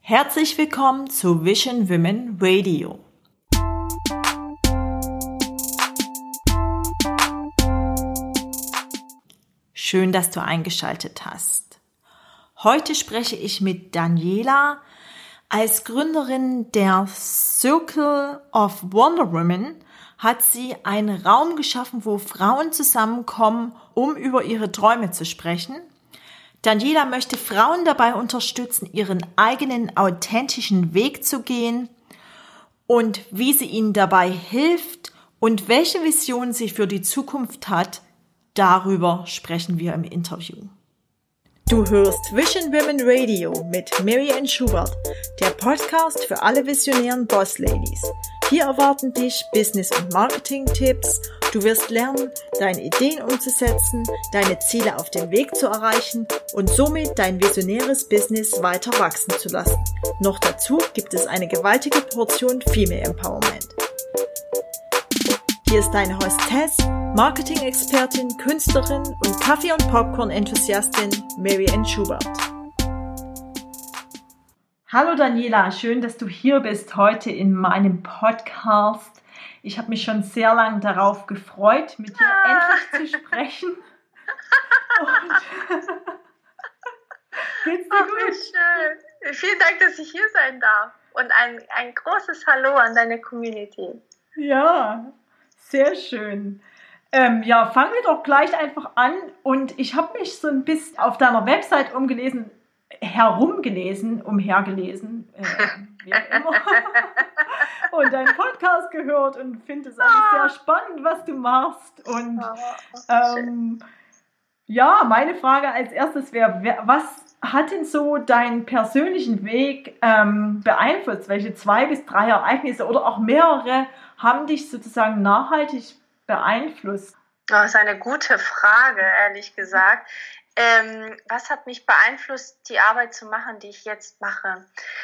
Herzlich willkommen zu Vision Women Radio. Schön, dass du eingeschaltet hast. Heute spreche ich mit Daniela als Gründerin der Circle of Wonder Women. Hat sie einen Raum geschaffen, wo Frauen zusammenkommen, um über ihre Träume zu sprechen. Daniela möchte Frauen dabei unterstützen, ihren eigenen authentischen Weg zu gehen und wie sie ihnen dabei hilft und welche Vision sie für die Zukunft hat, darüber sprechen wir im Interview. Du hörst Vision Women Radio mit Mary Schubert, der Podcast für alle visionären Boss Ladies. Hier erwarten dich Business- und Marketing-Tipps. Du wirst lernen, deine Ideen umzusetzen, deine Ziele auf dem Weg zu erreichen und somit dein visionäres Business weiter wachsen zu lassen. Noch dazu gibt es eine gewaltige Portion Female Empowerment. Hier ist deine Hostess, Marketing-Expertin, Künstlerin und Kaffee- und Popcorn-Enthusiastin Mary Schubert. Hallo Daniela, schön, dass du hier bist heute in meinem Podcast. Ich habe mich schon sehr lange darauf gefreut, mit dir endlich zu sprechen. Geht's dir gut? Schön. Vielen Dank, dass ich hier sein darf. Und ein großes Hallo an deine Community. Ja, sehr schön. Fangen wir doch gleich einfach an. Und ich habe mich so ein bisschen auf deiner Website umhergelesen, wie auch immer. Und deinen Podcast gehört und finde es alles sehr spannend, was du machst. Und meine Frage als erstes wäre, was hat denn so deinen persönlichen Weg beeinflusst? Welche 2 bis 3 Ereignisse oder auch mehrere haben dich sozusagen nachhaltig beeinflusst? Das ist eine gute Frage, ehrlich gesagt. Was hat mich beeinflusst, die Arbeit zu machen, die ich jetzt mache?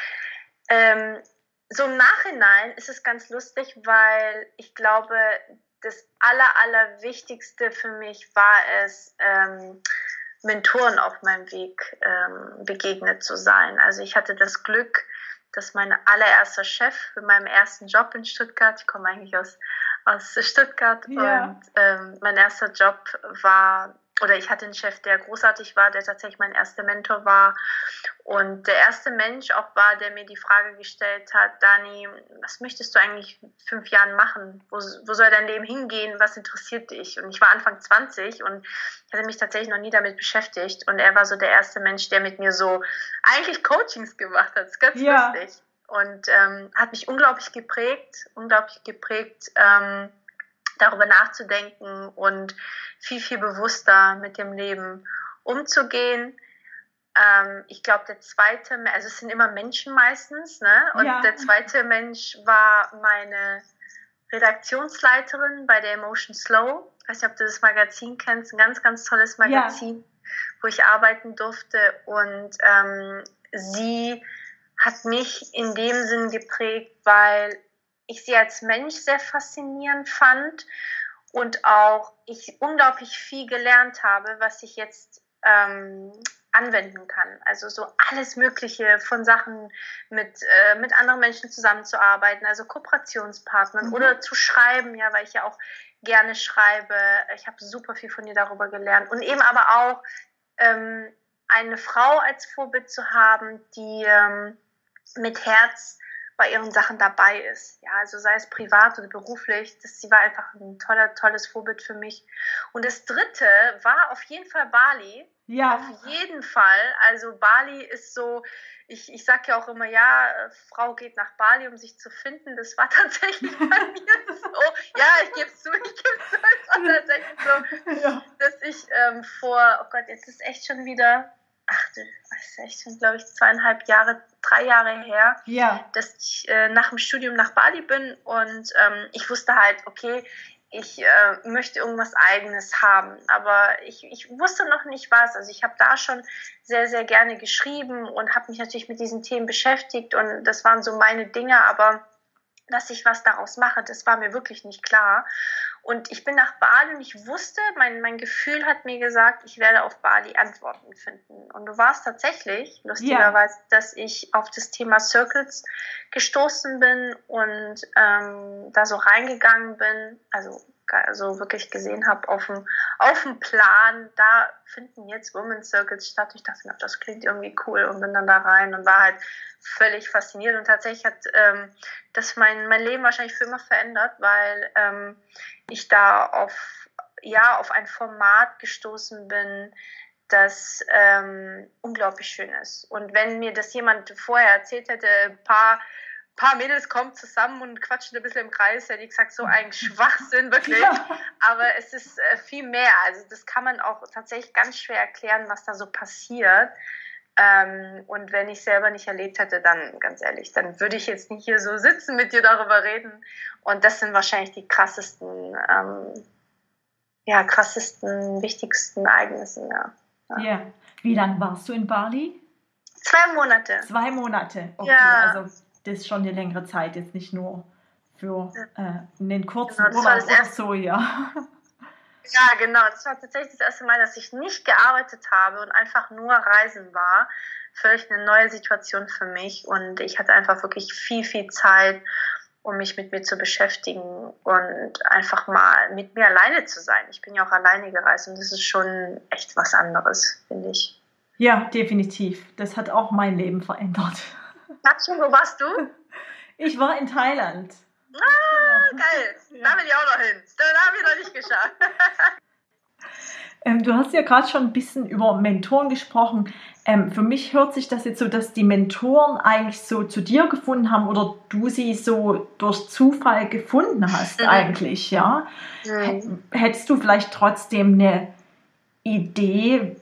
So im Nachhinein ist es ganz lustig, weil ich glaube, das Allerwichtigste für mich war es, Mentoren auf meinem Weg begegnet zu sein. Also ich hatte das Glück, dass mein allererster Chef für meinen ersten Job in Stuttgart, ich komme eigentlich aus Stuttgart, und mein erster Job ich hatte einen Chef, der großartig war, der tatsächlich mein erster Mentor war und der erste Mensch auch war, der mir die Frage gestellt hat: Dani, was möchtest du eigentlich 5 Jahren machen? Wo soll dein Leben hingehen? Was interessiert dich? Und ich war Anfang 20 und ich hatte mich tatsächlich noch nie damit beschäftigt und er war so der erste Mensch, der mit mir so eigentlich Coachings gemacht hat. Das ist ganz lustig. Und hat mich unglaublich geprägt, darüber nachzudenken und viel, viel bewusster mit dem Leben umzugehen. Ich glaube, der zweite, also es sind immer Menschen meistens, ne? Und der zweite Mensch war meine Redaktionsleiterin bei der Emotion Slow. Ich weiß nicht, ob du das Magazin kennst, ein ganz, ganz tolles Magazin, wo ich arbeiten durfte. Und sie hat mich in dem Sinn geprägt, weil ich sie als Mensch sehr faszinierend fand und auch ich unglaublich viel gelernt habe, was ich jetzt anwenden kann. Also so alles Mögliche von Sachen mit anderen Menschen zusammenzuarbeiten, also Kooperationspartnern oder zu schreiben, weil ich ja auch gerne schreibe. Ich habe super viel von ihr darüber gelernt und eben aber auch eine Frau als Vorbild zu haben, die mit Herz bei ihren Sachen dabei ist. Ja, also sei es privat oder beruflich, sie war einfach ein tolles Vorbild für mich. Und das dritte war auf jeden Fall Bali. Ja. Auf jeden Fall. Also Bali ist so, ich sage ja auch immer, Frau geht nach Bali, um sich zu finden. Das war tatsächlich bei mir so. Ja, ich gebe es zu, es war tatsächlich so, dass ich jetzt ist echt schon wieder, das ist echt schon, glaube ich, 3 Jahre her, dass ich nach dem Studium nach Bali bin und ich wusste halt, okay, ich möchte irgendwas Eigenes haben, aber ich wusste noch nicht was. Also ich habe da schon sehr, sehr gerne geschrieben und habe mich natürlich mit diesen Themen beschäftigt und das waren so meine Dinge, aber dass ich was daraus mache. Das war mir wirklich nicht klar. Und ich bin nach Bali und ich wusste, mein Gefühl hat mir gesagt, ich werde auf Bali Antworten finden. Und du warst tatsächlich, lustigerweise, dass ich auf das Thema Circles gestoßen bin und da so reingegangen bin, also wirklich gesehen habe auf dem Plan, da finden jetzt Women's Circles statt. Ich dachte mir, das klingt irgendwie cool und bin dann da rein und war halt völlig fasziniert. Und tatsächlich hat das mein Leben wahrscheinlich für immer verändert, weil ich da auf ein Format gestoßen bin, das unglaublich schön ist. Und wenn mir das jemand vorher erzählt hätte, ein paar Mädels kommen zusammen und quatschen ein bisschen im Kreis, hätte ich gesagt, so ein Schwachsinn, wirklich. Ja. Aber es ist viel mehr. Also das kann man auch tatsächlich ganz schwer erklären, was da so passiert. Und wenn ich selber nicht erlebt hätte, dann, ganz ehrlich, dann würde ich jetzt nicht hier so sitzen, mit dir darüber reden. Und das sind wahrscheinlich die krassesten, wichtigsten Ereignisse. Ja. Wie lange warst du in Bali? 2 Monate. 2 Monate, okay. Ja. Also das ist schon eine längere Zeit, jetzt nicht nur für einen kurzen Urlaub oder so, ja. Ja, genau. Das war tatsächlich das erste Mal, dass ich nicht gearbeitet habe und einfach nur reisen war. Völlig eine neue Situation für mich. Und ich hatte einfach wirklich viel, viel Zeit, um mich mit mir zu beschäftigen und einfach mal mit mir alleine zu sein. Ich bin ja auch alleine gereist und das ist schon echt was anderes, finde ich. Ja, definitiv. Das hat auch mein Leben verändert. Katrin, wo warst du? Ich war in Thailand. Geil. Ja. Da will ich auch noch hin. Da habe ich noch nicht geschafft. Du hast ja gerade schon ein bisschen über Mentoren gesprochen. Für mich hört sich das jetzt so, dass die Mentoren eigentlich so zu dir gefunden haben oder du sie so durch Zufall gefunden hast eigentlich, ja? Hättest du vielleicht trotzdem eine Idee,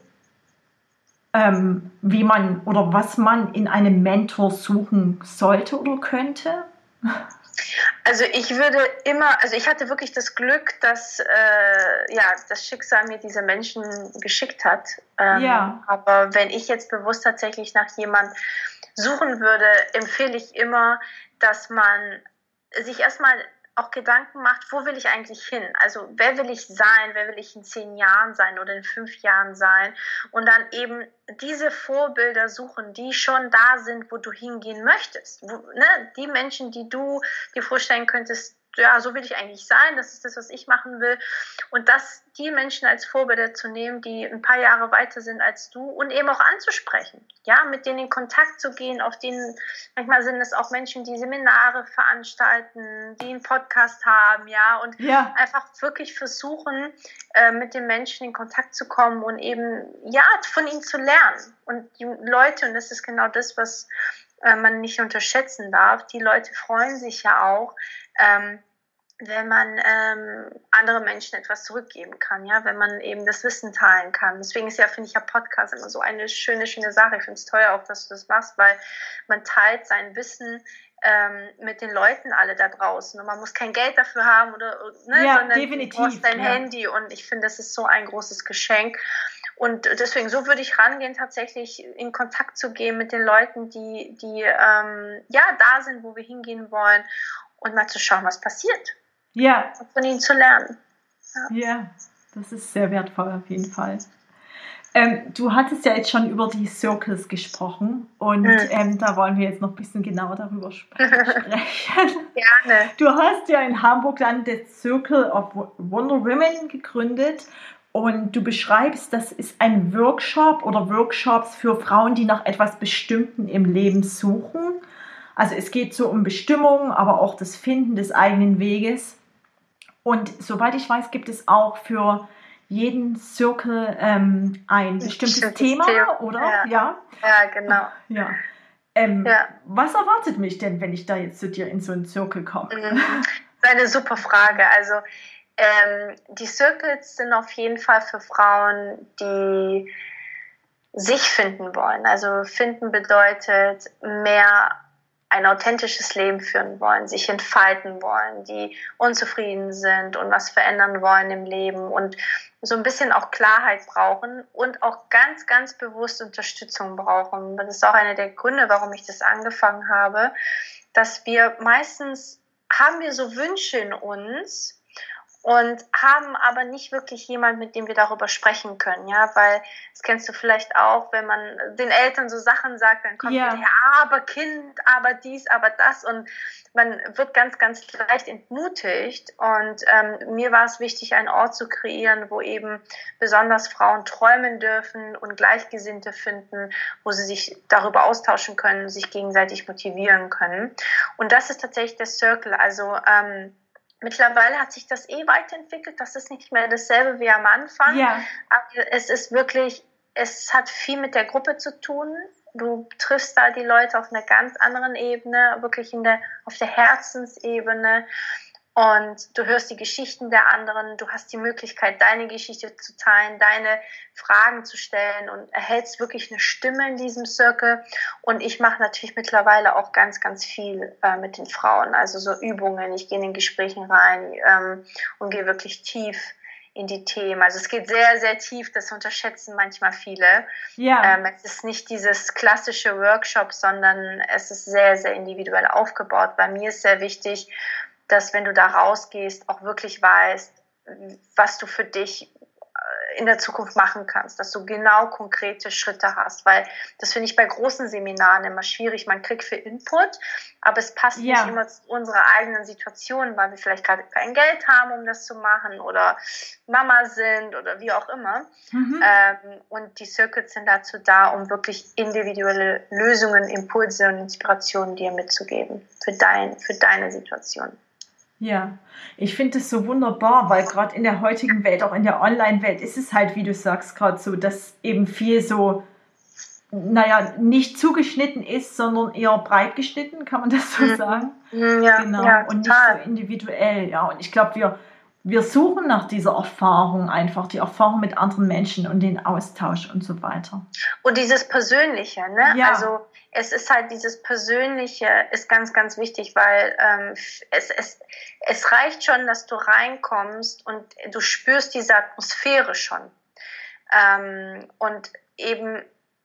wie man oder was man in einem Mentor suchen sollte oder könnte? Also ich hatte wirklich das Glück, dass das Schicksal mir diese Menschen geschickt hat. Aber wenn ich jetzt bewusst tatsächlich nach jemand suchen würde, empfehle ich immer, dass man sich erstmal auch Gedanken macht, wo will ich eigentlich hin? Also wer will ich sein? Wer will ich in 10 Jahren sein oder in 5 Jahren sein? Und dann eben diese Vorbilder suchen, die schon da sind, wo du hingehen möchtest. Die Menschen, die du dir vorstellen könntest, ja, so will ich eigentlich sein, das ist das, was ich machen will. Und die Menschen als Vorbilder zu nehmen, die ein paar Jahre weiter sind als du und eben auch anzusprechen, ja, mit denen in Kontakt zu gehen, manchmal sind es auch Menschen, die Seminare veranstalten, die einen Podcast haben, ja, und einfach wirklich versuchen, mit den Menschen in Kontakt zu kommen und eben, von ihnen zu lernen. Und die Leute, und das ist genau das, was man nicht unterschätzen darf, die Leute freuen sich ja auch, wenn man andere Menschen etwas zurückgeben kann, ja, wenn man eben das Wissen teilen kann. Deswegen finde ich Podcast immer so eine schöne Sache. Ich finde es toll auch, dass du das machst, weil man teilt sein Wissen mit den Leuten alle da draußen und man muss kein Geld dafür haben sondern definitiv, du brauchst dein Handy und ich finde, das ist so ein großes Geschenk. Und deswegen, so würde ich rangehen, tatsächlich in Kontakt zu gehen mit den Leuten, die da sind, wo wir hingehen wollen und mal zu schauen, was passiert. Ja. Und von ihnen zu lernen. Ja, das ist sehr wertvoll auf jeden Fall. Du hattest ja jetzt schon über die Circles gesprochen und da wollen wir jetzt noch ein bisschen genauer darüber sprechen. Gerne. Du hast ja in Hamburg dann das Circle of Wonder Women gegründet und du beschreibst, das ist ein Workshop oder Workshops für Frauen, die nach etwas Bestimmten im Leben suchen. Also es geht so um Bestimmung, aber auch das Finden des eigenen Weges. Und soweit ich weiß, gibt es auch für jeden Circle ein bestimmtes Thema, oder? Ja, genau. Ja. Was erwartet mich denn, wenn ich da jetzt zu dir in so einen Circle komme? Das ist eine super Frage. Also die Circles sind auf jeden Fall für Frauen, die sich finden wollen. Also finden bedeutet mehr ein authentisches Leben führen wollen, sich entfalten wollen, die unzufrieden sind und was verändern wollen im Leben und so ein bisschen auch Klarheit brauchen und auch ganz, ganz bewusst Unterstützung brauchen. Das ist auch einer der Gründe, warum ich das angefangen habe, dass wir meistens haben wir so Wünsche in uns und haben aber nicht wirklich jemand, mit dem wir darüber sprechen können, ja, weil das kennst du vielleicht auch, wenn man den Eltern so Sachen sagt, dann kommt wieder, ja, aber Kind, aber dies, aber das und man wird ganz, ganz leicht entmutigt und mir war es wichtig, einen Ort zu kreieren, wo eben besonders Frauen träumen dürfen und Gleichgesinnte finden, wo sie sich darüber austauschen können, sich gegenseitig motivieren können und das ist tatsächlich der Circle, also mittlerweile hat sich das weiterentwickelt, das ist nicht mehr dasselbe wie am Anfang, aber es ist wirklich, es hat viel mit der Gruppe zu tun. Du triffst da die Leute auf einer ganz anderen Ebene, wirklich auf der Herzensebene und du hörst die Geschichten der anderen, du hast die Möglichkeit, deine Geschichte zu teilen, deine Fragen zu stellen und erhältst wirklich eine Stimme in diesem Circle und ich mache natürlich mittlerweile auch ganz, ganz viel mit den Frauen, also so Übungen, ich gehe in den Gesprächen rein und gehe wirklich tief in die Themen. Also es geht sehr, sehr tief, das unterschätzen manchmal viele. Ja. Es ist nicht dieses klassische Workshop, sondern es ist sehr, sehr individuell aufgebaut. Bei mir ist sehr wichtig, dass wenn du da rausgehst, auch wirklich weißt, was du für dich in der Zukunft machen kannst, dass du genau konkrete Schritte hast, weil das finde ich bei großen Seminaren immer schwierig. Man kriegt viel Input, aber es passt nicht immer zu unserer eigenen Situation, weil wir vielleicht gerade kein Geld haben, um das zu machen oder Mama sind oder wie auch immer. Und die Circuits sind dazu da, um wirklich individuelle Lösungen, Impulse und Inspirationen dir mitzugeben für deine Situation. Ja, ich finde es so wunderbar, weil gerade in der heutigen Welt, auch in der Online-Welt, ist es halt, wie du sagst, gerade so, dass eben viel so, nicht zugeschnitten ist, sondern eher breit geschnitten, kann man das so sagen? Ja, genau. Ja, und nicht so individuell, ja. Und ich glaube, wir suchen nach dieser Erfahrung einfach, die Erfahrung mit anderen Menschen und den Austausch und so weiter. Und dieses Persönliche, ne? Ja. Also es ist halt dieses Persönliche ist ganz, ganz wichtig, weil es reicht schon, dass du reinkommst und du spürst diese Atmosphäre schon. Und eben,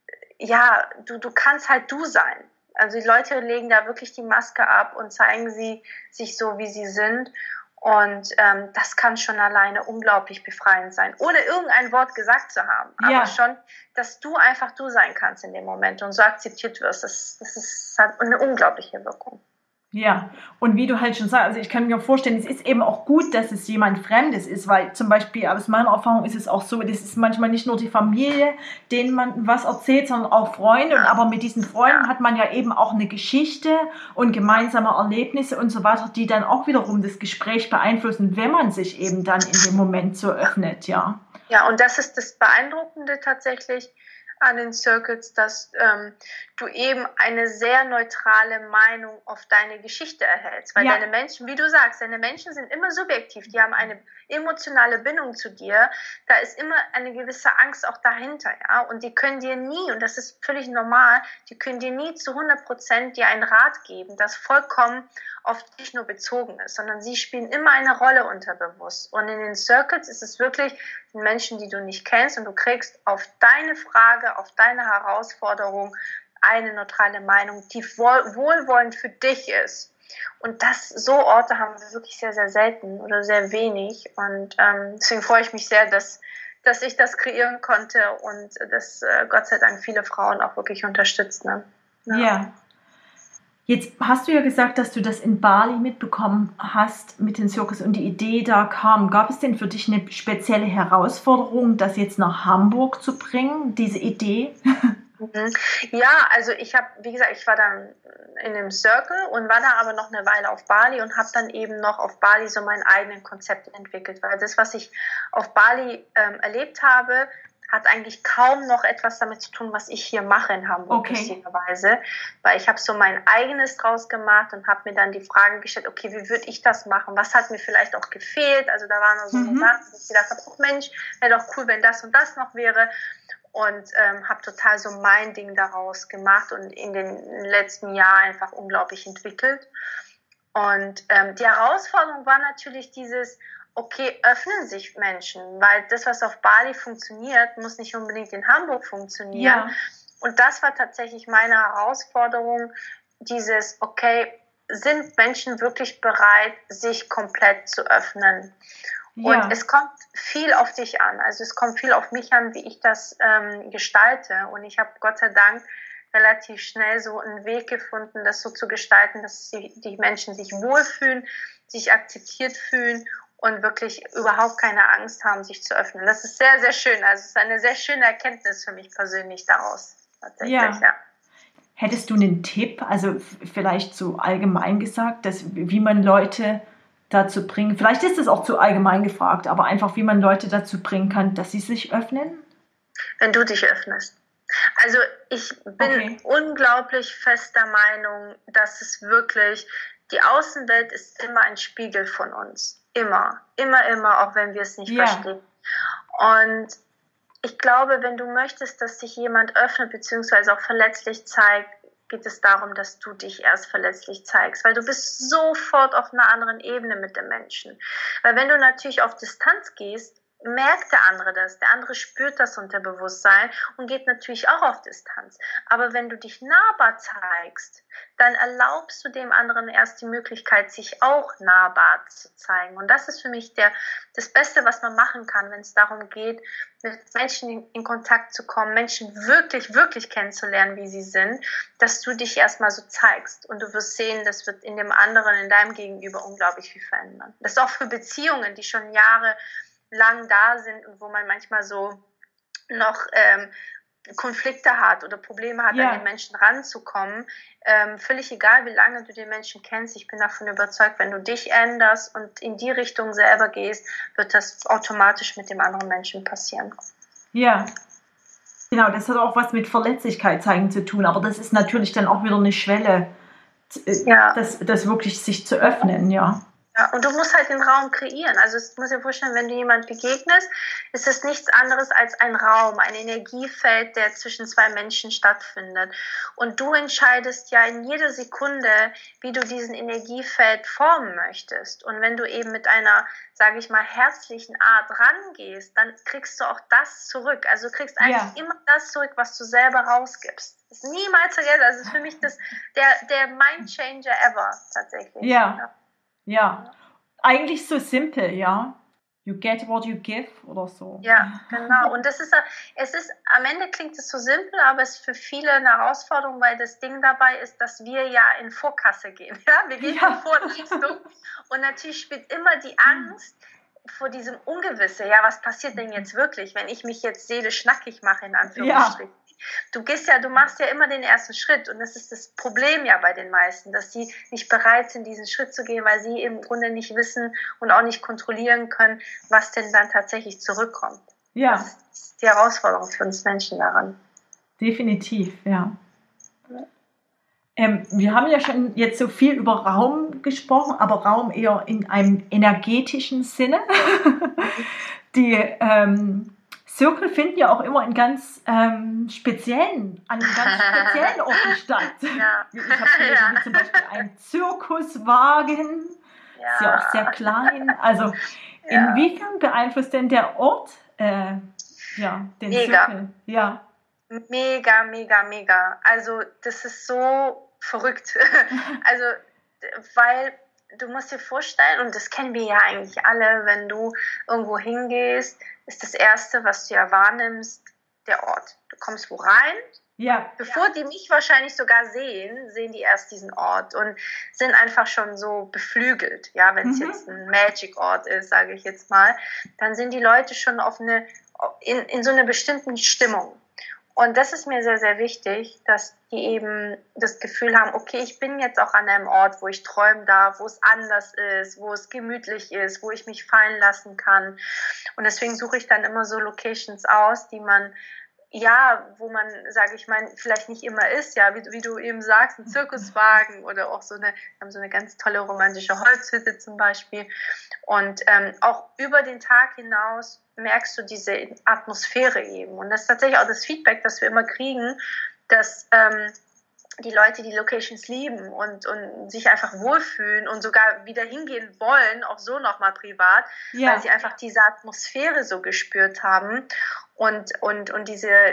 ja, du kannst halt du sein. Also die Leute legen da wirklich die Maske ab und zeigen sie sich so, wie sie sind. Und das kann schon alleine unglaublich befreiend sein, ohne irgendein Wort gesagt zu haben. Aber schon, dass du einfach du sein kannst in dem Moment und so akzeptiert wirst. Das hat eine unglaubliche Wirkung. Ja, und wie du halt schon sagst, also ich kann mir vorstellen, es ist eben auch gut, dass es jemand Fremdes ist, weil zum Beispiel aus meiner Erfahrung ist es auch so, das ist manchmal nicht nur die Familie, denen man was erzählt, sondern auch Freunde. Und aber mit diesen Freunden hat man ja eben auch eine Geschichte und gemeinsame Erlebnisse und so weiter, die dann auch wiederum das Gespräch beeinflussen, wenn man sich eben dann in dem Moment so öffnet, ja. Ja, und das ist das Beeindruckende tatsächlich an den Circuits, dass du eben eine sehr neutrale Meinung auf deine Geschichte erhältst. Weil deine Menschen, wie du sagst, deine Menschen sind immer subjektiv, die haben eine emotionale Bindung zu dir. Da ist immer eine gewisse Angst auch dahinter, ja. Und die können dir nie, und das ist völlig normal, die können dir nie zu 100% dir einen Rat geben, das vollkommen auf dich nur bezogen ist, sondern sie spielen immer eine Rolle unterbewusst. Und in den Circuits ist es wirklich Menschen, die du nicht kennst und du kriegst auf deine Frage, auf deine Herausforderung eine neutrale Meinung, die wohlwollend für dich ist. Und so Orte haben wir wirklich sehr, sehr selten oder sehr wenig. Und deswegen freue ich mich sehr, dass ich das kreieren konnte und dass Gott sei Dank viele Frauen auch wirklich unterstützt. Ne? Ja. Jetzt hast du ja gesagt, dass du das in Bali mitbekommen hast mit den Circus und die Idee da kam. Gab es denn für dich eine spezielle Herausforderung, das jetzt nach Hamburg zu bringen, diese Idee? Ja, also ich war dann in dem Circle und war da aber noch eine Weile auf Bali und habe dann eben noch auf Bali so mein eigenes Konzept entwickelt, weil das, was ich auf Bali erlebt habe, hat eigentlich kaum noch etwas damit zu tun, was ich hier mache in Hamburg, lustigerweise. Weil ich habe so mein eigenes draus gemacht und habe mir dann die Frage gestellt, okay, wie würde ich das machen? Was hat mir vielleicht auch gefehlt? Also da waren so Sachen, wo ich gedacht habe, oh Mensch, wäre doch cool, wenn das und das noch wäre. Und habe total so mein Ding daraus gemacht und in den letzten Jahren einfach unglaublich entwickelt. Und die Herausforderung war natürlich dieses, okay, öffnen sich Menschen, weil das, was auf Bali funktioniert, muss nicht unbedingt in Hamburg funktionieren. Ja. Und das war tatsächlich meine Herausforderung, dieses, okay, sind Menschen wirklich bereit, sich komplett zu öffnen. Ja. Und es kommt viel auf dich an. Also es kommt viel auf mich an, wie ich das gestalte. Und ich habe Gott sei Dank relativ schnell so einen Weg gefunden, das so zu gestalten, dass die Menschen sich wohlfühlen, sich akzeptiert fühlen und wirklich überhaupt keine Angst haben, sich zu öffnen. Das ist sehr, sehr schön. Also es ist eine sehr schöne Erkenntnis für mich persönlich daraus. Tatsächlich, ja. Hättest du einen Tipp, also vielleicht so allgemein gesagt, wie man Leute dazu bringen, vielleicht ist es auch zu allgemein gefragt, aber einfach, wie man Leute dazu bringen kann, dass sie sich öffnen? Wenn du dich öffnest. Also ich bin unglaublich fester Meinung, dass es wirklich, die Außenwelt ist immer ein Spiegel von uns. Immer, auch wenn wir es nicht verstehen. Und ich glaube, wenn du möchtest, dass sich jemand öffnet, beziehungsweise auch verletzlich zeigt, geht es darum, dass du dich erst verletzlich zeigst, weil du bist sofort auf einer anderen Ebene mit dem Menschen. Weil wenn du natürlich auf Distanz gehst, merkt der andere das, der andere spürt das Unterbewusstsein und geht natürlich auch auf Distanz. Aber wenn du dich nahbar zeigst, dann erlaubst du dem anderen erst die Möglichkeit, sich auch nahbar zu zeigen. Und das ist für mich das Beste, was man machen kann, wenn es darum geht, mit Menschen in Kontakt zu kommen, Menschen wirklich, wirklich kennenzulernen, wie sie sind, dass du dich erstmal so zeigst. Und du wirst sehen, das wird in dem anderen, in deinem Gegenüber unglaublich viel verändern. Das ist auch für Beziehungen, die schon jahrelang da sind und wo man manchmal so noch Konflikte hat oder Probleme hat, an den Menschen ranzukommen. Völlig egal, wie lange du den Menschen kennst. Ich bin davon überzeugt, wenn du dich änderst und in die Richtung selber gehst, wird das automatisch mit dem anderen Menschen passieren. Ja, genau, das hat auch was mit Verletzlichkeit zeigen zu tun, aber das ist natürlich dann auch wieder eine Schwelle, das wirklich sich zu öffnen, ja. Ja, und du musst halt den Raum kreieren. Also du musst dir vorstellen, wenn du jemand begegnest, ist es nichts anderes als ein Raum, ein Energiefeld, der zwischen zwei Menschen stattfindet. Und du entscheidest ja in jeder Sekunde, wie du diesen Energiefeld formen möchtest. Und wenn du eben mit einer, sage ich mal, herzlichen Art rangehst, dann kriegst du auch das zurück. Also du kriegst eigentlich immer das zurück, was du selber rausgibst. Das ist niemals vergessen. Also das ist für mich der Mind-Changer ever tatsächlich. Ja, eigentlich so simpel, ja. You get what you give oder so. Ja, genau. Und es ist, am Ende klingt es so simpel, aber es ist für viele eine Herausforderung, weil das Ding dabei ist, dass wir ja in Vorkasse gehen. Ja? Wir gehen in Vorleistung und natürlich spielt immer die Angst vor diesem Ungewisse. Ja, was passiert denn jetzt wirklich, wenn ich mich jetzt seelisch nackig mache, in Anführungsstrichen? Du machst ja immer den ersten Schritt und das ist das Problem ja bei den meisten, dass sie nicht bereit sind, diesen Schritt zu gehen, weil sie im Grunde nicht wissen und auch nicht kontrollieren können, was denn dann tatsächlich zurückkommt. Ja. Das ist die Herausforderung für uns Menschen daran. Definitiv, ja. Wir haben ja schon jetzt so viel über Raum gesprochen, aber Raum eher in einem energetischen Sinne. Die Circle finden ja auch immer an ganz speziellen Orten statt. Ja. Ich habe wie zum Beispiel einen Zirkuswagen, ist ja auch sehr klein. Also inwiefern beeinflusst denn der Ort den Circle? Ja. Mega, mega, mega. Also das ist so verrückt. Also, weil du musst dir vorstellen, und das kennen wir ja eigentlich alle, wenn du irgendwo hingehst, ist das Erste, was du ja wahrnimmst, der Ort. Du kommst wo rein. Ja. Bevor die mich wahrscheinlich sogar sehen die erst diesen Ort und sind einfach schon so beflügelt. Ja, wenn es jetzt ein Magic-Ort ist, sage ich jetzt mal, dann sind die Leute schon in so einer bestimmten Stimmung. Und das ist mir sehr, sehr wichtig, dass die eben das Gefühl haben, okay, ich bin jetzt auch an einem Ort, wo ich träumen darf, wo es anders ist, wo es gemütlich ist, wo ich mich fallen lassen kann. Und deswegen suche ich dann immer so Locations aus, die man, wo man, sage ich mal, vielleicht nicht immer ist, ja, wie du eben sagst, ein Zirkuswagen oder auch wir haben so eine ganz tolle romantische Holzhütte zum Beispiel. Und auch über den Tag hinaus merkst du diese Atmosphäre eben. Und das ist tatsächlich auch das Feedback, das wir immer kriegen, dass die Leute die Locations lieben und sich einfach wohlfühlen und sogar wieder hingehen wollen, auch so nochmal privat, weil sie einfach diese Atmosphäre so gespürt haben und diese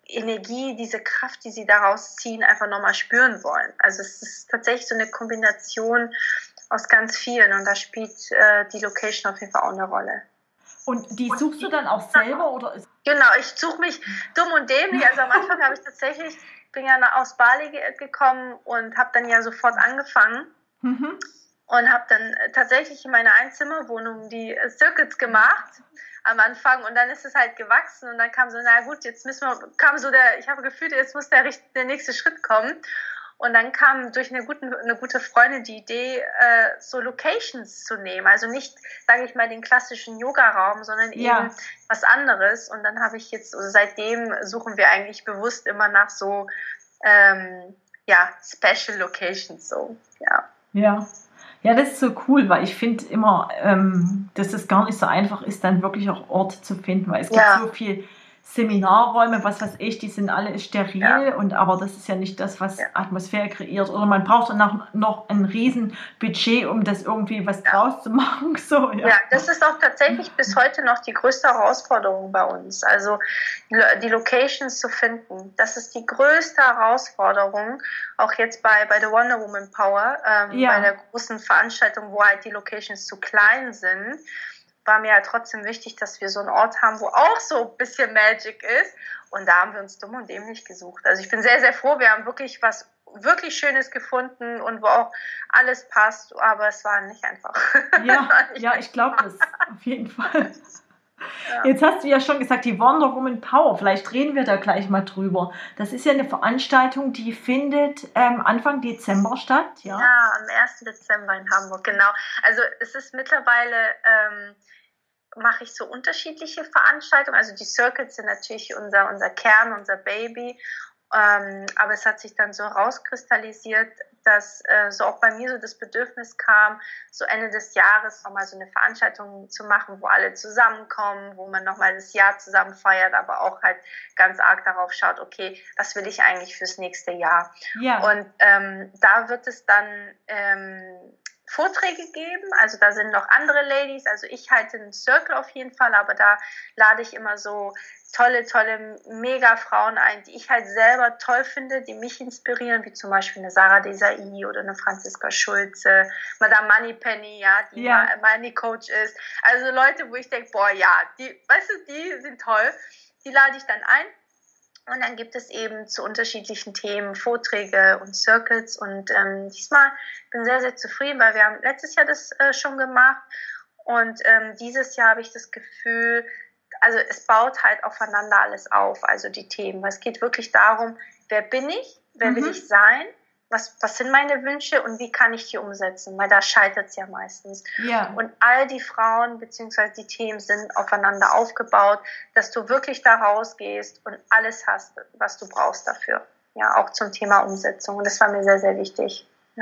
Energie, diese Kraft, die sie daraus ziehen, einfach nochmal spüren wollen. Also es ist tatsächlich so eine Kombination aus ganz vielen und da spielt die Location auf jeden Fall auch eine Rolle. Und die suchst du dann auch selber? Oder ist Genau, ich suche mich dumm und dämlich. Also am Anfang habe ich tatsächlich, bin ja aus Bali gekommen und habe dann ja sofort angefangen und habe dann tatsächlich in meiner Einzimmerwohnung die Circuits gemacht am Anfang und dann ist es halt gewachsen und dann kam so, na gut, jetzt ich habe gefühlt, jetzt muss der nächste Schritt kommen. Und dann kam durch eine gute Freundin die Idee, so Locations zu nehmen. Also nicht, sage ich mal, den klassischen Yoga-Raum, sondern eben was anderes. Und dann habe ich seitdem suchen wir eigentlich bewusst immer nach so, Special Locations, so, ja. Ja, das ist so cool, weil ich finde immer, dass es gar nicht so einfach ist, dann wirklich auch Orte zu finden, weil es gibt so viel Seminarräume, was weiß ich, die sind alle steril, aber das ist ja nicht das, was Atmosphäre kreiert. Oder man braucht dann noch ein riesen Budget, um das irgendwie was draus zu machen. So, ja, das ist auch tatsächlich bis heute noch die größte Herausforderung bei uns. Also die Locations zu finden, das ist die größte Herausforderung, auch jetzt bei The Wonder Woman Power, bei der großen Veranstaltung, wo halt die Locations zu klein sind. War mir ja trotzdem wichtig, dass wir so einen Ort haben, wo auch so ein bisschen Magic ist. Und da haben wir uns dumm und dämlich gesucht. Also ich bin sehr, sehr froh. Wir haben wirklich was wirklich Schönes gefunden und wo auch alles passt. Aber es war nicht einfach. Ja, ich glaube das auf jeden Fall. Ja. Jetzt hast du ja schon gesagt, die Wonder Woman Power. Vielleicht reden wir da gleich mal drüber. Das ist ja eine Veranstaltung, die findet Anfang Dezember statt. Ja, am 1. Dezember in Hamburg, genau. Also es ist mittlerweile... mache ich so unterschiedliche Veranstaltungen. Also die Circuits sind natürlich unser Kern, unser Baby. Aber es hat sich dann so rauskristallisiert, dass so auch bei mir so das Bedürfnis kam, so Ende des Jahres nochmal so eine Veranstaltung zu machen, wo alle zusammenkommen, wo man nochmal das Jahr zusammen feiert, aber auch halt ganz arg darauf schaut, okay, was will ich eigentlich fürs nächste Jahr? Ja. Und da wird es dann Vorträge geben, also da sind noch andere Ladies, also ich halte einen Circle auf jeden Fall, aber da lade ich immer so tolle Mega-Frauen ein, die ich halt selber toll finde, die mich inspirieren, wie zum Beispiel eine Sarah Desai oder eine Franziska Schulze, Madame Moneypenny, die meine Coach ist, also Leute, wo ich denke, die sind toll, die lade ich dann ein. Und dann gibt es eben zu unterschiedlichen Themen Vorträge und Circuits. Und diesmal bin ich sehr, sehr zufrieden, weil wir haben letztes Jahr das schon gemacht. Und dieses Jahr habe ich das Gefühl, also es baut halt aufeinander alles auf, also die Themen. Weil es geht wirklich darum, wer bin ich, wer will ich sein, was sind meine Wünsche und wie kann ich die umsetzen? Weil da scheitert es ja meistens. Ja. Und all die Frauen bzw. die Themen sind aufeinander aufgebaut, dass du wirklich da rausgehst und alles hast, was du brauchst dafür. Ja, auch zum Thema Umsetzung. Und das war mir sehr, sehr wichtig.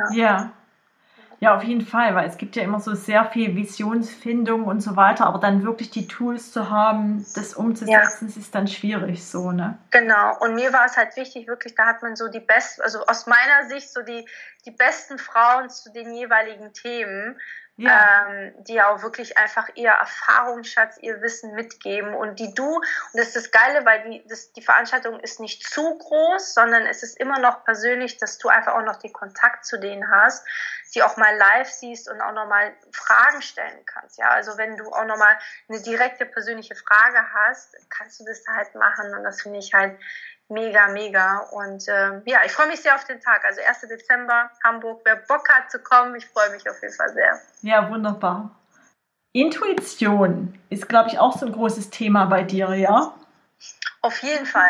Ja, auf jeden Fall, weil es gibt ja immer so sehr viel Visionsfindung und so weiter, aber dann wirklich die Tools zu haben, das umzusetzen, ist dann schwierig so, ne? Genau, und mir war es halt wichtig, wirklich, da hat man so die besten, also aus meiner Sicht so die besten Frauen zu den jeweiligen Themen, die auch wirklich einfach ihr Erfahrungsschatz, ihr Wissen mitgeben und das ist das Geile, weil die Veranstaltung ist nicht zu groß, sondern es ist immer noch persönlich, dass du einfach auch noch den Kontakt zu denen hast, die auch mal live siehst und auch nochmal Fragen stellen kannst. Ja, also wenn du auch nochmal eine direkte persönliche Frage hast, kannst du das halt machen und das finde ich halt mega, mega. Und ich freue mich sehr auf den Tag. Also 1. Dezember, Hamburg. Wer Bock hat zu kommen, ich freue mich auf jeden Fall sehr. Ja, wunderbar. Intuition ist, glaube ich, auch so ein großes Thema bei dir, ja? Auf jeden Fall.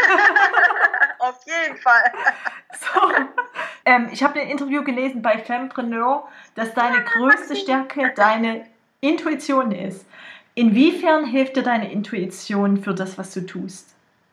Auf jeden Fall. So. Ich habe ein Interview gelesen bei Fempreneur, dass deine größte Stärke deine Intuition ist. Inwiefern hilft dir deine Intuition für das, was du tust?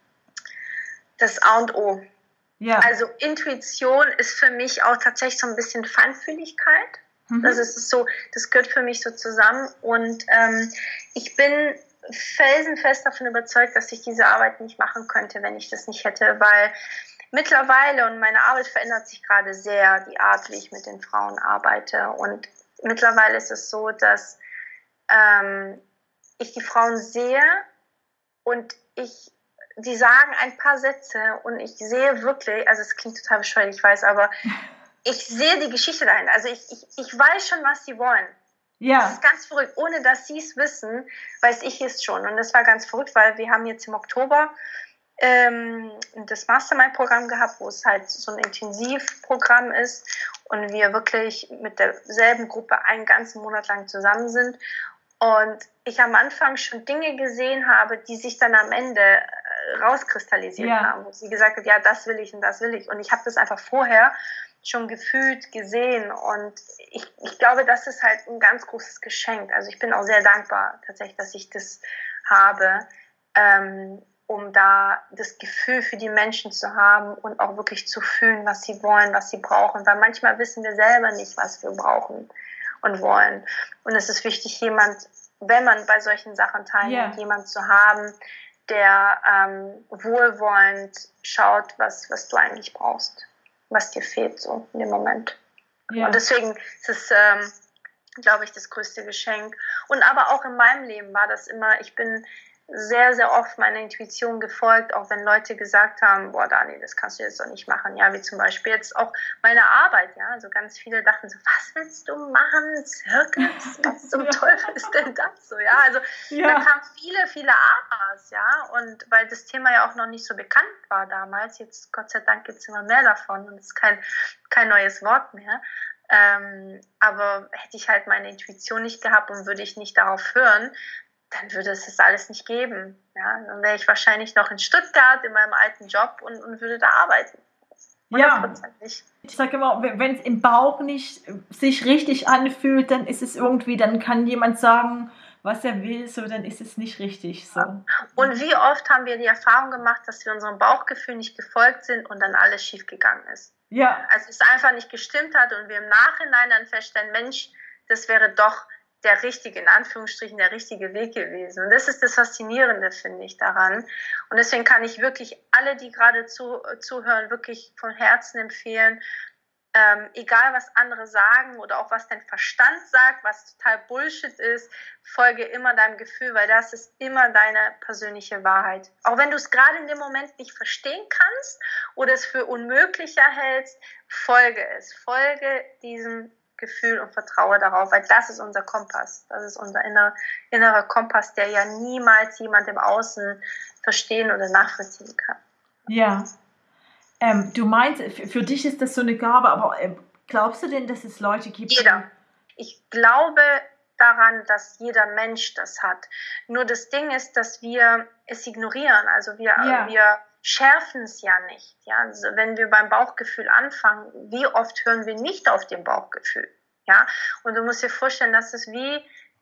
Das A und O. Ja. Also Intuition ist für mich auch tatsächlich so ein bisschen Feinfühligkeit. Das ist so, das gehört für mich so zusammen. Und ich bin felsenfest davon überzeugt, dass ich diese Arbeit nicht machen könnte, wenn ich das nicht hätte, weil mittlerweile, und meine Arbeit verändert sich gerade sehr, die Art, wie ich mit den Frauen arbeite. Und mittlerweile ist es so, dass ich die Frauen sehe und ich die sagen ein paar Sätze und ich sehe wirklich, also es klingt total bescheuert, ich weiß, aber ich sehe die Geschichte dahin. Also ich weiß schon, was sie wollen. Ja. Das ist ganz verrückt. Ohne dass sie es wissen, weiß ich es schon. Und das war ganz verrückt, weil wir haben jetzt im Oktober das Mastermind-Programm gehabt, wo es halt so ein Intensivprogramm ist und wir wirklich mit derselben Gruppe einen ganzen Monat lang zusammen sind. Und ich am Anfang schon Dinge gesehen habe, die sich dann am Ende rauskristallisiert haben. Wo sie gesagt hat, ja, das will ich und das will ich. Und ich habe das einfach vorher schon gefühlt, gesehen. Und ich glaube, das ist halt ein ganz großes Geschenk. Also ich bin auch sehr dankbar tatsächlich, dass ich das habe, um da das Gefühl für die Menschen zu haben und auch wirklich zu fühlen, was sie wollen, was sie brauchen. Weil manchmal wissen wir selber nicht, was wir brauchen und wollen. Und es ist wichtig, wenn man bei solchen Sachen teilnimmt, jemand zu haben, der wohlwollend schaut, was du eigentlich brauchst, was dir fehlt so in dem Moment. Ja. Und deswegen ist es, glaube ich, das größte Geschenk. Und aber auch in meinem Leben war das immer, ich bin sehr, sehr oft meiner Intuition gefolgt, auch wenn Leute gesagt haben, boah, Dani, das kannst du jetzt doch nicht machen, ja, wie zum Beispiel jetzt auch meine Arbeit, ja, also ganz viele dachten so, was willst du machen, Zirkus, was zum Teufel ist denn das so, ja, also da kamen viele, viele Abers, ja, und weil das Thema ja auch noch nicht so bekannt war damals, jetzt Gott sei Dank gibt es immer mehr davon und es ist kein neues Wort mehr, aber hätte ich halt meine Intuition nicht gehabt und würde ich nicht darauf hören, dann würde es das alles nicht geben. Ja? Dann wäre ich wahrscheinlich noch in Stuttgart in meinem alten Job und würde da arbeiten. 100%. Ja, ich sage immer, wenn es im Bauch nicht sich richtig anfühlt, dann ist es irgendwie, dann kann jemand sagen, was er will, so, dann ist es nicht richtig so. Und wie oft haben wir die Erfahrung gemacht, dass wir unserem Bauchgefühl nicht gefolgt sind und dann alles schief gegangen ist. Ja. Also es einfach nicht gestimmt hat und wir im Nachhinein dann feststellen, Mensch, das wäre doch der richtige, in Anführungsstrichen, der richtige Weg gewesen. Und das ist das Faszinierende, finde ich, daran. Und deswegen kann ich wirklich alle, die gerade zuhören, wirklich von Herzen empfehlen, egal was andere sagen oder auch was dein Verstand sagt, was total Bullshit ist, folge immer deinem Gefühl, weil das ist immer deine persönliche Wahrheit. Auch wenn du es gerade in dem Moment nicht verstehen kannst oder es für unmöglicher hältst, folge es. Folge diesem Gefühl und vertraue darauf, weil das ist unser Kompass. Das ist unser innerer Kompass, der ja niemals jemand im Außen verstehen oder nachvollziehen kann. Ja. Du meinst, für dich ist das so eine Gabe, aber glaubst du denn, dass es Leute gibt? Jeder. Ich glaube daran, dass jeder Mensch das hat. Nur das Ding ist, dass wir es ignorieren. Also wir schärfen es ja nicht. Ja? Also wenn wir beim Bauchgefühl anfangen, wie oft hören wir nicht auf dem Bauchgefühl? Ja? Und du musst dir vorstellen, dass es wie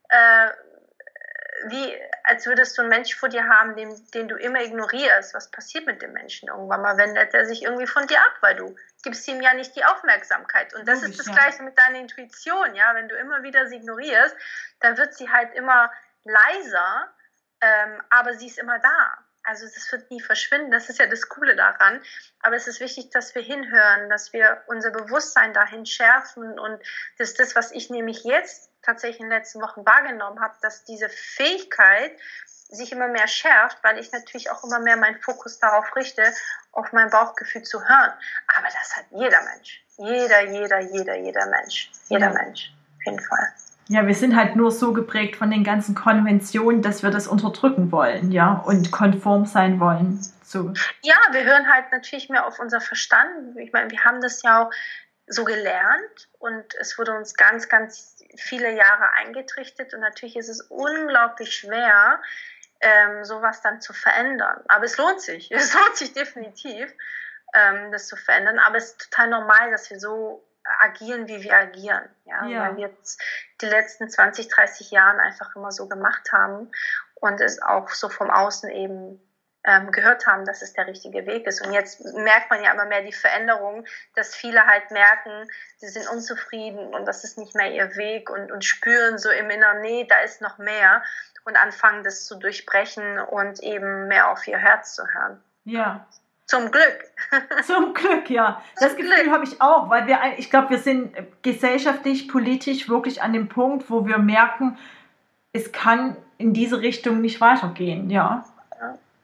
als würdest du einen Mensch vor dir haben, den du immer ignorierst. Was passiert mit dem Menschen? Irgendwann mal wendet er sich irgendwie von dir ab, weil du gibst ihm ja nicht die Aufmerksamkeit. Und das ist das Gleiche mit deiner Intuition. Ja? Wenn du immer wieder sie ignorierst, dann wird sie halt immer leiser, aber sie ist immer da. Also das wird nie verschwinden, das ist ja das Coole daran. Aber es ist wichtig, dass wir hinhören, dass wir unser Bewusstsein dahin schärfen. Und das ist das, was ich nämlich jetzt tatsächlich in den letzten Wochen wahrgenommen habe, dass diese Fähigkeit sich immer mehr schärft, weil ich natürlich auch immer mehr meinen Fokus darauf richte, auf mein Bauchgefühl zu hören. Aber das hat jeder Mensch. Jeder Mensch. Jeder Mensch. Auf jeden Fall. Ja, wir sind halt nur so geprägt von den ganzen Konventionen, dass wir das unterdrücken wollen, ja, und konform sein wollen. So. Ja, wir hören halt natürlich mehr auf unser Verstand. Ich meine, wir haben das ja auch so gelernt und es wurde uns ganz, ganz viele Jahre eingetrichtert und natürlich ist es unglaublich schwer, sowas dann zu verändern. Aber es lohnt sich definitiv, das zu verändern. Aber es ist total normal, dass wir so agieren, wie wir agieren. Ja? Weil wir jetzt die letzten 20, 30 Jahren einfach immer so gemacht haben und es auch so vom Außen eben gehört haben, dass es der richtige Weg ist. Und jetzt merkt man ja immer mehr die Veränderung, dass viele halt merken, sie sind unzufrieden und das ist nicht mehr ihr Weg und spüren so im Inneren, nee, da ist noch mehr und anfangen, das zu durchbrechen und eben mehr auf ihr Herz zu hören. Ja. Zum Glück. Zum Glück, ja. Das Gefühl habe ich auch, weil ich glaube, wir sind gesellschaftlich, politisch wirklich an dem Punkt, wo wir merken, es kann in diese Richtung nicht weitergehen, ja.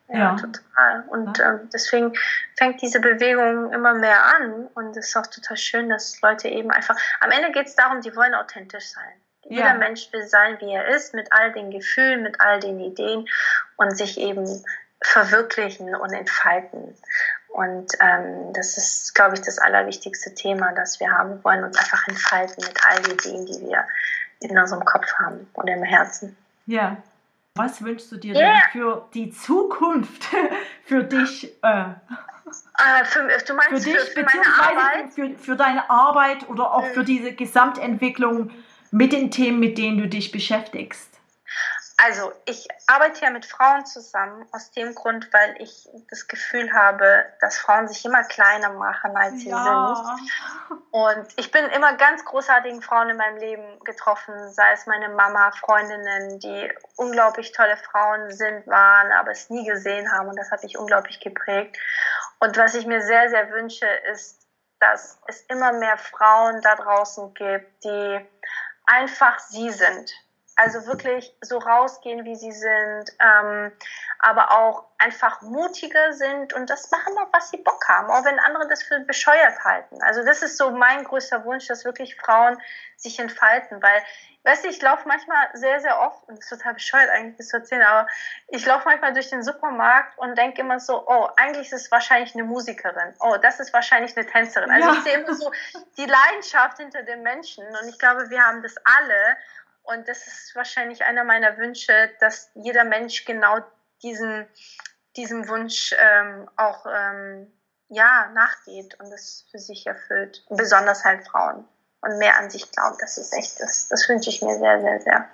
Ja, total. Und deswegen fängt diese Bewegung immer mehr an. Und es ist auch total schön, dass Leute eben einfach, am Ende geht es darum, die wollen authentisch sein. Jeder Mensch will sein, wie er ist, mit all den Gefühlen, mit all den Ideen und sich eben verwirklichen und entfalten. Und das ist, glaube ich, das allerwichtigste Thema, das wir haben. Wir wollen uns einfach entfalten mit all den Ideen, die wir in unserem Kopf haben und im Herzen. Ja. Was wünschst du dir denn für die Zukunft, für dich? Du meinst für dich, für meine Arbeit? Für deine Arbeit oder auch für diese Gesamtentwicklung mit den Themen, mit denen du dich beschäftigst? Also ich arbeite ja mit Frauen zusammen aus dem Grund, weil ich das Gefühl habe, dass Frauen sich immer kleiner machen, als sie sind. Und ich bin immer ganz großartigen Frauen in meinem Leben getroffen, sei es meine Mama, Freundinnen, die unglaublich tolle Frauen waren, aber es nie gesehen haben. Und das hat mich unglaublich geprägt. Und was ich mir sehr, sehr wünsche, ist, dass es immer mehr Frauen da draußen gibt, die einfach sie sind. Also wirklich so rausgehen, wie sie sind, aber auch einfach mutiger sind und das machen, auf was sie Bock haben, auch wenn andere das für bescheuert halten. Also das ist so mein größter Wunsch, dass wirklich Frauen sich entfalten, weil, weißt du, ich laufe manchmal sehr, sehr oft, und das ist total bescheuert eigentlich, das zu erzählen, aber ich laufe manchmal durch den Supermarkt und denke immer so, oh, eigentlich ist es wahrscheinlich eine Musikerin, oh, das ist wahrscheinlich eine Tänzerin. Also ich sehe immer so die Leidenschaft hinter den Menschen und ich glaube, wir haben das alle. Und das ist wahrscheinlich einer meiner Wünsche, dass jeder Mensch genau diesem Wunsch auch nachgeht und es für sich erfüllt. Und besonders halt Frauen. Und mehr an sich glauben. Das ist echt, das wünsche ich mir sehr, sehr, sehr.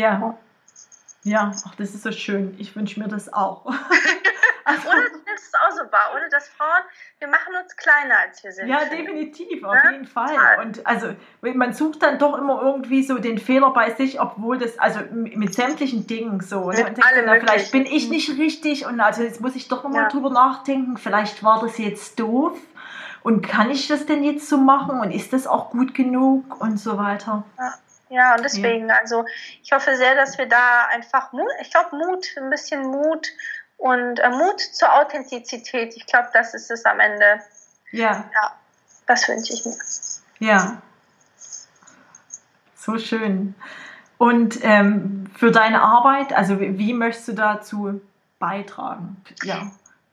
Ja, ach, das ist so schön. Ich wünsche mir das auch. Oder das ist auch so wahr, oder? Dass Frauen, wir machen uns kleiner, als wir sind. Ja, definitiv, auf jeden Fall. Und also man sucht dann doch immer irgendwie so den Fehler bei sich, obwohl das, also mit sämtlichen Dingen so. Und man denkt, vielleicht bin ich nicht richtig und also jetzt muss ich doch nochmal drüber nachdenken, vielleicht war das jetzt doof und kann ich das denn jetzt so machen und ist das auch gut genug und so weiter. Ja, und deswegen, also ich hoffe sehr, dass wir da einfach ein bisschen Mut und Mut zur Authentizität. Ich glaube, das ist es am Ende. Ja, das wünsche ich mir. Ja, so schön. Und für deine Arbeit, also wie möchtest du dazu beitragen? Ja.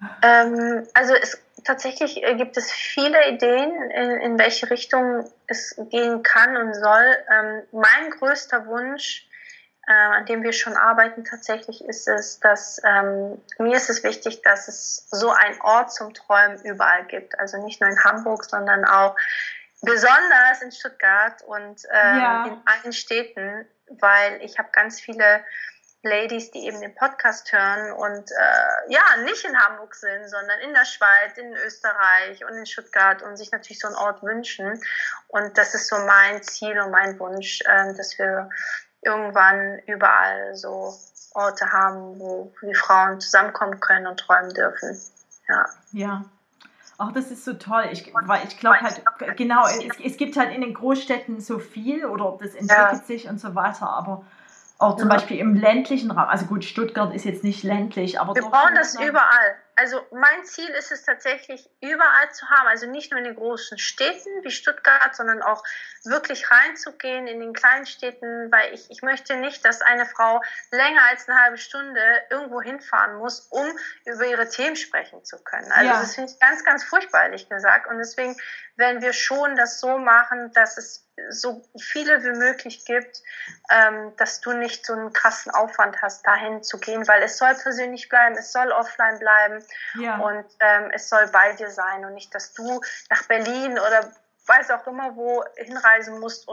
Also tatsächlich gibt es viele Ideen, in welche Richtung es gehen kann und soll. Mein größter Wunsch, an dem wir schon arbeiten tatsächlich, ist es, dass mir ist es wichtig, dass es so einen Ort zum Träumen überall gibt. Also nicht nur in Hamburg, sondern auch besonders in Stuttgart und in allen Städten, weil ich habe ganz viele Ladies, die eben den Podcast hören und nicht in Hamburg sind, sondern in der Schweiz, in Österreich und in Stuttgart und sich natürlich so einen Ort wünschen. Und das ist so mein Ziel und mein Wunsch, dass wir irgendwann überall so Orte haben, wo die Frauen zusammenkommen können und träumen dürfen. Ja. Ach, das ist so toll. Weil ich glaube halt, genau, es gibt halt in den Großstädten so viel oder das entwickelt sich und so weiter, aber auch zum Beispiel im ländlichen Raum, also gut, Stuttgart ist jetzt nicht ländlich, aber wir brauchen das überall. Also mein Ziel ist es tatsächlich, überall zu haben, also nicht nur in den großen Städten wie Stuttgart, sondern auch wirklich reinzugehen in den kleinen Städten, weil ich möchte nicht, dass eine Frau länger als eine halbe Stunde irgendwo hinfahren muss, um über ihre Themen sprechen zu können. Also das finde ich ganz, ganz furchtbar, ehrlich gesagt. Und deswegen werden wir schon das so machen, dass es so viele wie möglich gibt, dass du nicht so einen krassen Aufwand hast, dahin zu gehen, weil es soll persönlich bleiben, es soll offline bleiben und es soll bei dir sein und nicht, dass du nach Berlin oder weiß auch immer wo hinreisen musst,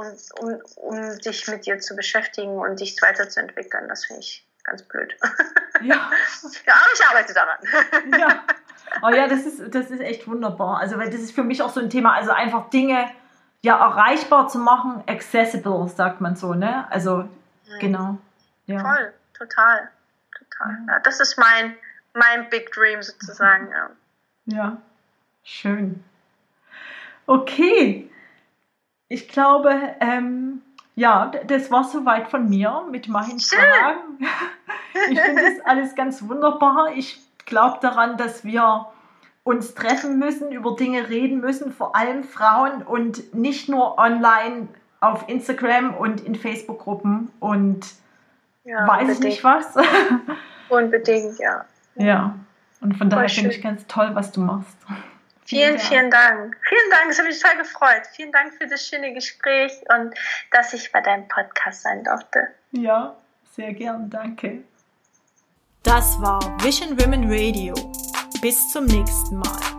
um dich mit dir zu beschäftigen und dich weiterzuentwickeln. Das finde ich ganz blöd. Ja, aber ich arbeite daran. Ja. Oh ja, das ist echt wunderbar. Also weil das ist für mich auch so ein Thema, also einfach Dinge erreichbar zu machen, accessible, sagt man so, ne? Also, genau. Ja. Voll, total. Ja, das ist mein Big Dream sozusagen. Ja, schön. Okay. Ich glaube, das war soweit von mir mit meinen Fragen. Ich finde das alles ganz wunderbar. Ich glaube daran, dass wir uns treffen müssen, über Dinge reden müssen, vor allem Frauen und nicht nur online auf Instagram und in Facebook-Gruppen und weiß ich nicht was. Unbedingt, ja. Ja, und von daher finde ich ganz toll, was du machst. Vielen Dank. Vielen Dank, es hat mich total gefreut. Vielen Dank für das schöne Gespräch und dass ich bei deinem Podcast sein durfte. Ja, sehr gern, danke. Das war Vision Women Radio. Bis zum nächsten Mal.